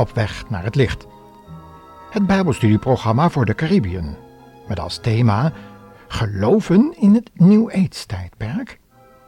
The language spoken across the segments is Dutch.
op weg naar het licht. Het Bijbelstudieprogramma voor de Caribiën, met als thema Geloven in het New Age tijdperk.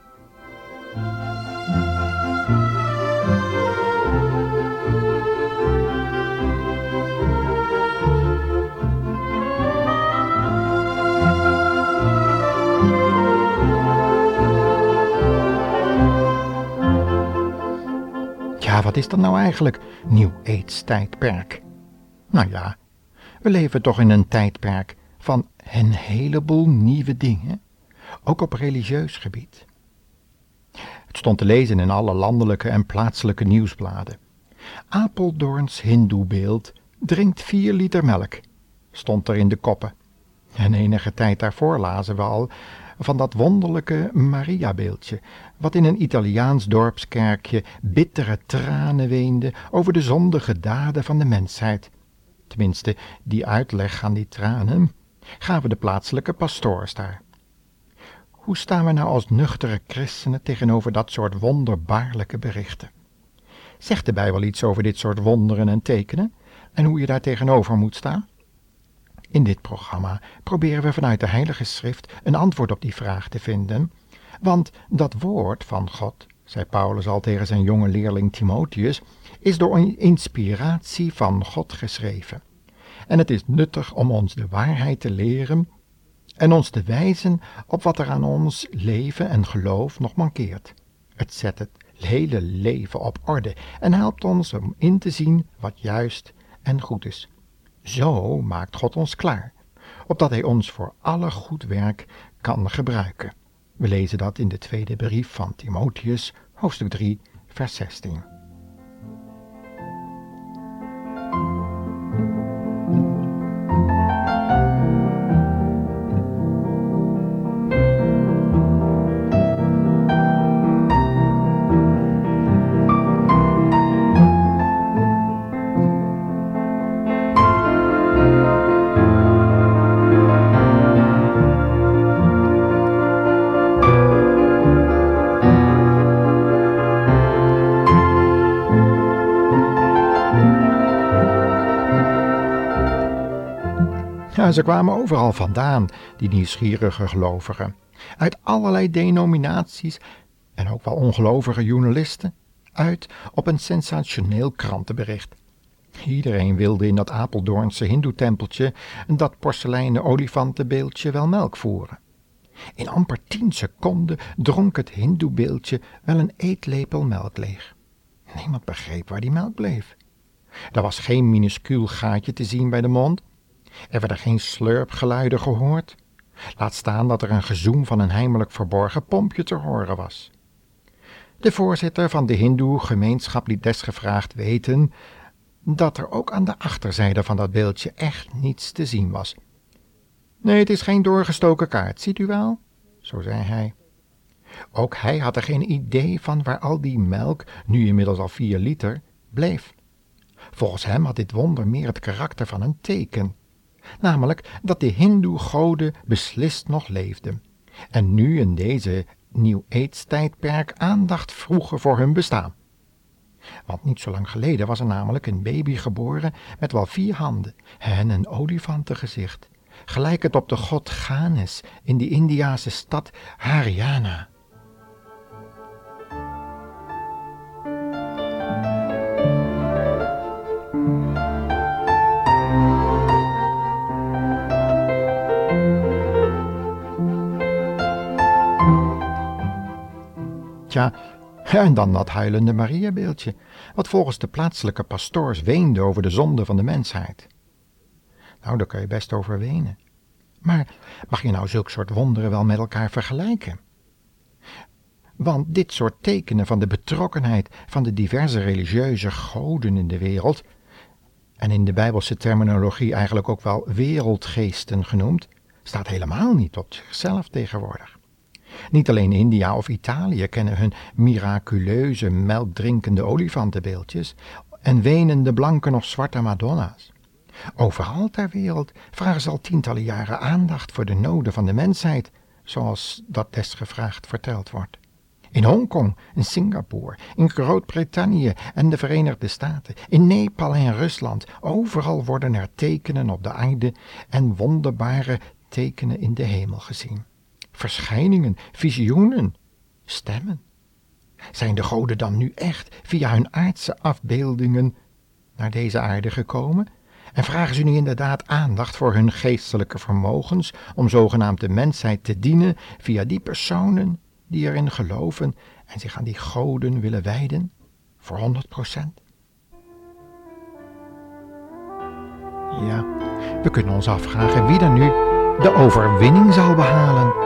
Ja, wat is dat nou eigenlijk, New Age tijdperk? Nou ja, we leven toch in een tijdperk van een heleboel nieuwe dingen, ook op religieus gebied. Het stond te lezen in alle landelijke en plaatselijke nieuwsbladen. Apeldoorns hindoebeeld drinkt 4 liter melk, stond er in de koppen. En enige tijd daarvoor lazen we al van dat wonderlijke Mariabeeldje, wat in een Italiaans dorpskerkje bittere tranen weende over de zondige daden van de mensheid. Tenminste, die uitleg aan die tranen gaven de plaatselijke pastoors daar. Hoe staan we nou als nuchtere christenen tegenover dat soort wonderbaarlijke berichten? Zegt de Bijbel iets over dit soort wonderen en tekenen en hoe je daar tegenover moet staan? In dit programma proberen we vanuit de Heilige Schrift een antwoord op die vraag te vinden, want dat woord van God, zei Paulus al tegen zijn jonge leerling Timotheus, is door inspiratie van God geschreven. En het is nuttig om ons de waarheid te leren en ons te wijzen op wat er aan ons leven en geloof nog mankeert. Het zet het hele leven op orde en helpt ons om in te zien wat juist en goed is. Zo maakt God ons klaar, opdat Hij ons voor alle goed werk kan gebruiken. We lezen dat in de tweede brief van Timotheus, hoofdstuk 3, vers 16. Ja, ze kwamen overal vandaan, die nieuwsgierige gelovigen, uit allerlei denominaties en ook wel ongelovige journalisten, uit op een sensationeel krantenbericht. Iedereen wilde in dat Apeldoornse hindoetempeltje dat porseleinen olifantenbeeldje wel melk voeren. In amper 10 seconden dronk het hindoebeeldje wel een eetlepel melk leeg. Niemand begreep waar die melk bleef. Er was geen minuscuul gaatje te zien bij de mond. Er werden geen slurpgeluiden gehoord. Laat staan dat er een gezoem van een heimelijk verborgen pompje te horen was. De voorzitter van de hindoe-gemeenschap liet desgevraagd weten dat er ook aan de achterzijde van dat beeldje echt niets te zien was. Nee, het is geen doorgestoken kaart, ziet u wel? Zo zei hij. Ook hij had er geen idee van waar al die melk, nu inmiddels al 4 liter, bleef. Volgens hem had dit wonder meer het karakter van een teken. Namelijk dat de hindoe-goden beslist nog leefden en nu in deze New Age tijdperk aandacht vroegen voor hun bestaan. Want niet zo lang geleden was er namelijk een baby geboren met wel 4 handen en een olifantengezicht, gelijk het op de god Ganes in de Indiase stad Haryana. Ja, en dan dat huilende Mariabeeldje, wat volgens de plaatselijke pastoors weende over de zonde van de mensheid. Nou, daar kan je best over wenen. Maar mag je nou zulk soort wonderen wel met elkaar vergelijken? Want dit soort tekenen van de betrokkenheid van de diverse religieuze goden in de wereld, en in de Bijbelse terminologie eigenlijk ook wel wereldgeesten genoemd, staat helemaal niet op zichzelf tegenwoordig. Niet alleen India of Italië kennen hun miraculeuze melkdrinkende olifantenbeeldjes en wenende blanke of zwarte madonna's. Overal ter wereld vragen ze al tientallen jaren aandacht voor de noden van de mensheid, zoals dat desgevraagd verteld wordt. In Hongkong, in Singapore, in Groot-Brittannië en de Verenigde Staten, in Nepal en Rusland, overal worden er tekenen op de aarde en wonderbare tekenen in de hemel gezien. Verschijningen, visioenen, stemmen. Zijn de goden dan nu echt via hun aardse afbeeldingen naar deze aarde gekomen? En vragen ze nu inderdaad aandacht voor hun geestelijke vermogens om zogenaamd de mensheid te dienen via die personen die erin geloven en zich aan die goden willen wijden voor 100%? Ja, we kunnen ons afvragen wie er nu de overwinning zal behalen.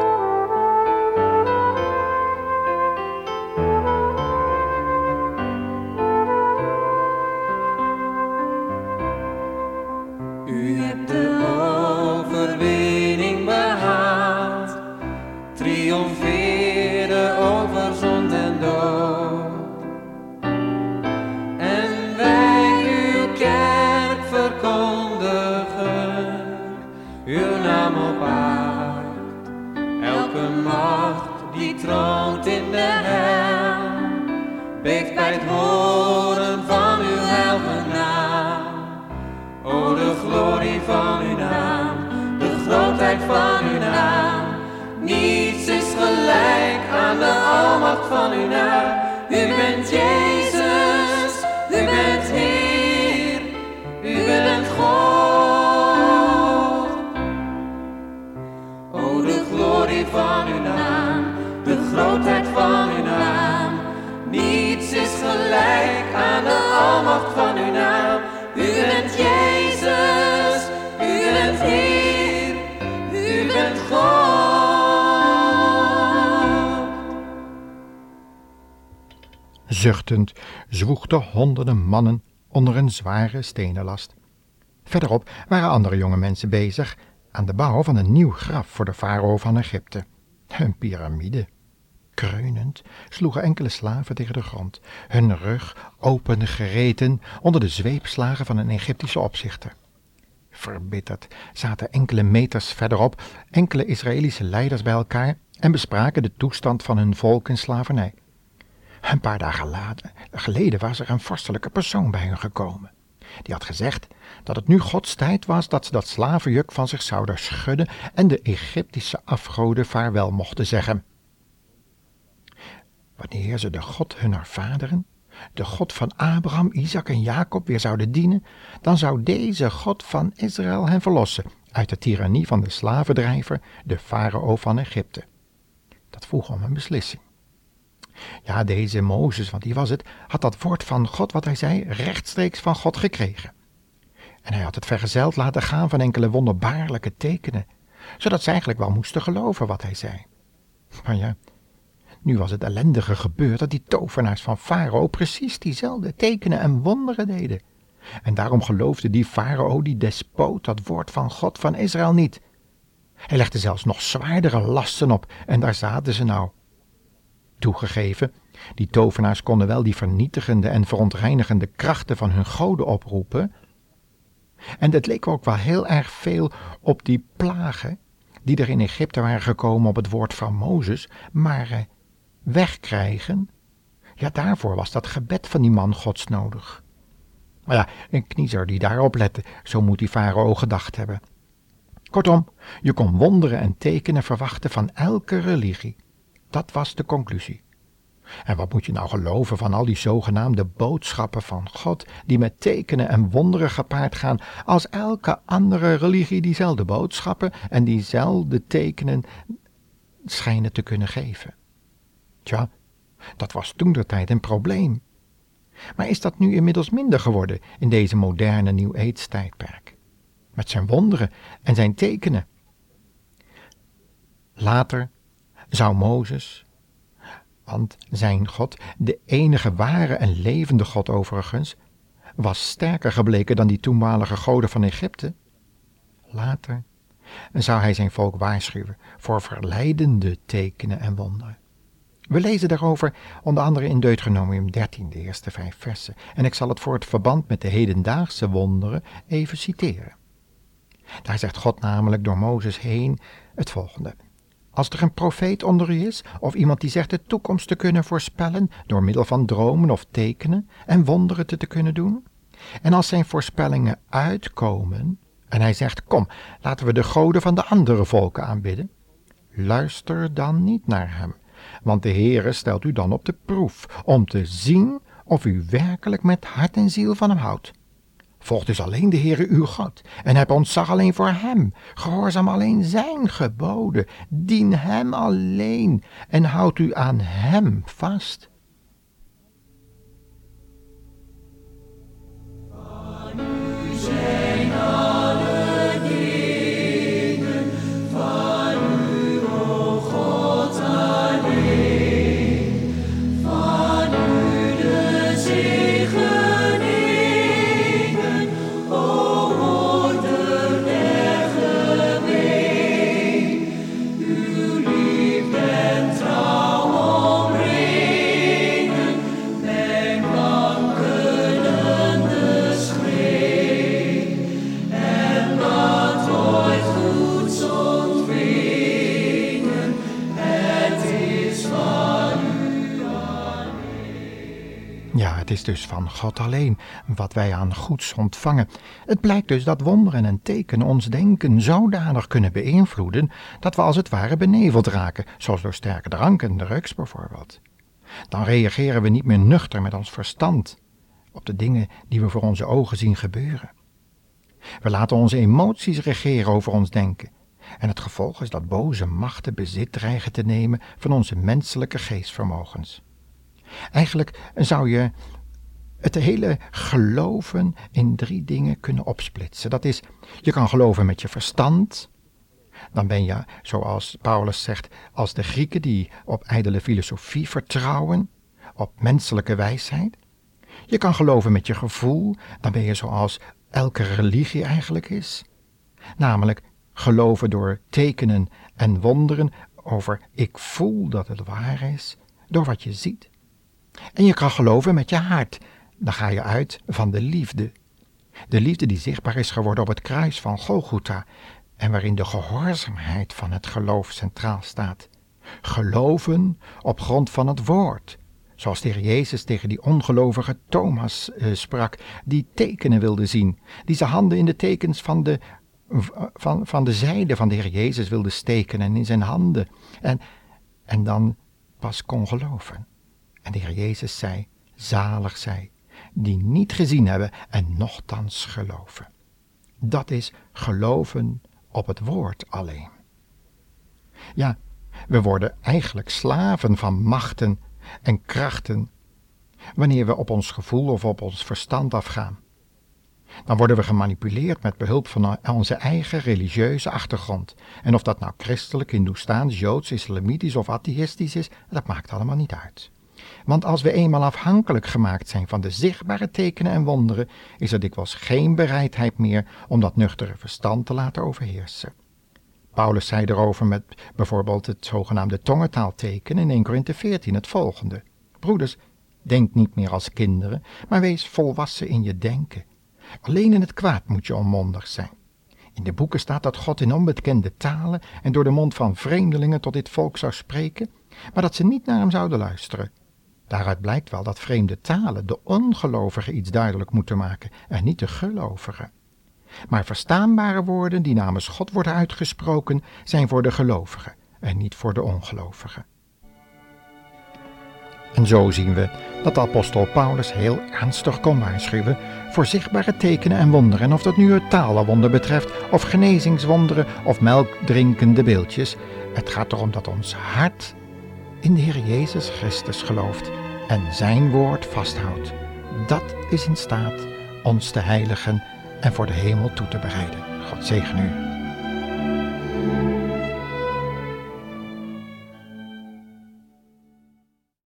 U hebt de overwinning behaald, triomfeerde over zonde en dood. En wij uw kerk verkondigen, uw naam op aard. Elke macht die troont in de hel, beeft bij het horen van uw heilige naam. O, de glorie van uw naam, de grootheid van uw naam. Niets is gelijk aan de almacht van uw naam. U bent Jezus, u bent Heer, u bent God. O, de glorie van uw naam, de grootheid van uw naam. Niets is gelijk aan de almacht van uw naam. U bent Jezus, u bent Heer, u bent God. Zuchtend zwoegden honderden mannen onder een zware stenenlast. Verderop waren andere jonge mensen bezig aan de bouw van een nieuw graf voor de farao van Egypte. Een piramide. Kreunend sloegen enkele slaven tegen de grond, hun rug opengereten onder de zweepslagen van een Egyptische opzichter. Verbitterd zaten enkele meters verderop enkele Israëlische leiders bij elkaar en bespraken de toestand van hun volk in slavernij. Een paar dagen geleden was er een vorstelijke persoon bij hen gekomen. Die had gezegd dat het nu Gods tijd was dat ze dat slavenjuk van zich zouden schudden en de Egyptische afgoden vaarwel mochten zeggen. Wanneer ze de God hunner vaderen, de God van Abraham, Isaac en Jacob weer zouden dienen, dan zou deze God van Israël hen verlossen uit de tirannie van de slavendrijver, de farao van Egypte. Dat vroeg om een beslissing. Ja, deze Mozes, want die was het, had dat woord van God, wat hij zei, rechtstreeks van God gekregen. En hij had het vergezeld laten gaan van enkele wonderbaarlijke tekenen, zodat ze eigenlijk wel moesten geloven wat hij zei. Maar ja, nu was het ellendige gebeurd dat die tovenaars van Farao precies diezelfde tekenen en wonderen deden. En daarom geloofde die Farao, die despoot, dat woord van God van Israël niet. Hij legde zelfs nog zwaardere lasten op en daar zaten ze nou. Toegegeven, die tovenaars konden wel die vernietigende en verontreinigende krachten van hun goden oproepen. En het leek ook wel heel erg veel op die plagen die er in Egypte waren gekomen op het woord van Mozes, maar wegkrijgen, ja, daarvoor was dat gebed van die man Gods nodig. Maar ja, een kniezer die daarop lette, zo moet die farao gedacht hebben. Kortom, je kon wonderen en tekenen verwachten van elke religie. Dat was de conclusie. En wat moet je nou geloven van al die zogenaamde boodschappen van God, die met tekenen en wonderen gepaard gaan, als elke andere religie diezelfde boodschappen en diezelfde tekenen schijnen te kunnen geven? Tja, dat was toentertijd een probleem. Maar is dat nu inmiddels minder geworden in deze moderne New Age tijdperk? Met zijn wonderen en zijn tekenen. Later zou Mozes, want zijn God, de enige ware en levende God overigens, was sterker gebleken dan die toenmalige goden van Egypte. Later zou hij zijn volk waarschuwen voor verleidende tekenen en wonderen. We lezen daarover onder andere in Deuteronomium 13, de eerste 5 versen. En ik zal het voor het verband met de hedendaagse wonderen even citeren. Daar zegt God namelijk door Mozes heen het volgende. Als er een profeet onder u is, of iemand die zegt de toekomst te kunnen voorspellen, door middel van dromen of tekenen en wonderen te kunnen doen. En als zijn voorspellingen uitkomen, en hij zegt, kom, laten we de goden van de andere volken aanbidden. Luister dan niet naar hem, want de Heere stelt u dan op de proef, om te zien of u werkelijk met hart en ziel van hem houdt. Volg dus alleen de Heere uw God, en heb ontzag alleen voor hem, gehoorzaam alleen zijn geboden, dien hem alleen, en houd u aan hem vast. Ja, het is dus van God alleen wat wij aan goeds ontvangen. Het blijkt dus dat wonderen en tekenen ons denken zodanig kunnen beïnvloeden dat we als het ware beneveld raken, zoals door sterke drank en drugs bijvoorbeeld. Dan reageren we niet meer nuchter met ons verstand op de dingen die we voor onze ogen zien gebeuren. We laten onze emoties regeren over ons denken. En het gevolg is dat boze machten bezit dreigen te nemen van onze menselijke geestvermogens. Eigenlijk zou je het hele geloven in 3 dingen kunnen opsplitsen. Dat is, je kan geloven met je verstand. Dan ben je, zoals Paulus zegt, als de Grieken die op ijdele filosofie vertrouwen, op menselijke wijsheid. Je kan geloven met je gevoel. Dan ben je zoals elke religie eigenlijk is. Namelijk geloven door tekenen en wonderen over ik voel dat het waar is, door wat je ziet. En je kan geloven met je hart. Dan ga je uit van de liefde. De liefde die zichtbaar is geworden op het kruis van Golgotha en waarin de gehoorzaamheid van het geloof centraal staat. Geloven op grond van het woord. Zoals de Heer Jezus tegen die ongelovige Thomas sprak, die tekenen wilde zien. Die zijn handen in de tekens van de zijde van de Heer Jezus wilde steken en in zijn handen. En dan pas kon geloven. En de Heer Jezus zei, zalig zij, die niet gezien hebben en nochtans geloven. Dat is geloven op het woord alleen. Ja, we worden eigenlijk slaven van machten en krachten wanneer we op ons gevoel of op ons verstand afgaan. Dan worden we gemanipuleerd met behulp van onze eigen religieuze achtergrond. En of dat nou christelijk, hindoestaans, joods, islamitisch of atheïstisch is, dat maakt allemaal niet uit. Want als we eenmaal afhankelijk gemaakt zijn van de zichtbare tekenen en wonderen, is er dikwijls geen bereidheid meer om dat nuchtere verstand te laten overheersen. Paulus zei erover met bijvoorbeeld het zogenaamde tongentaalteken in 1 Korinthe 14 het volgende. Broeders, denk niet meer als kinderen, maar wees volwassen in je denken. Alleen in het kwaad moet je onmondig zijn. In de boeken staat dat God in onbekende talen en door de mond van vreemdelingen tot dit volk zou spreken, maar dat ze niet naar hem zouden luisteren. Daaruit blijkt wel dat vreemde talen de ongelovigen iets duidelijk moeten maken en niet de gelovigen. Maar verstaanbare woorden die namens God worden uitgesproken zijn voor de gelovigen en niet voor de ongelovigen. En zo zien we dat de apostel Paulus heel ernstig kon waarschuwen voor zichtbare tekenen en wonderen. En of dat nu het talenwonder betreft, of genezingswonderen, of melkdrinkende beeldjes. Het gaat erom dat ons hart in de Heer Jezus Christus gelooft en zijn woord vasthoudt. Dat is in staat ons te heiligen en voor de hemel toe te bereiden. God zegen u.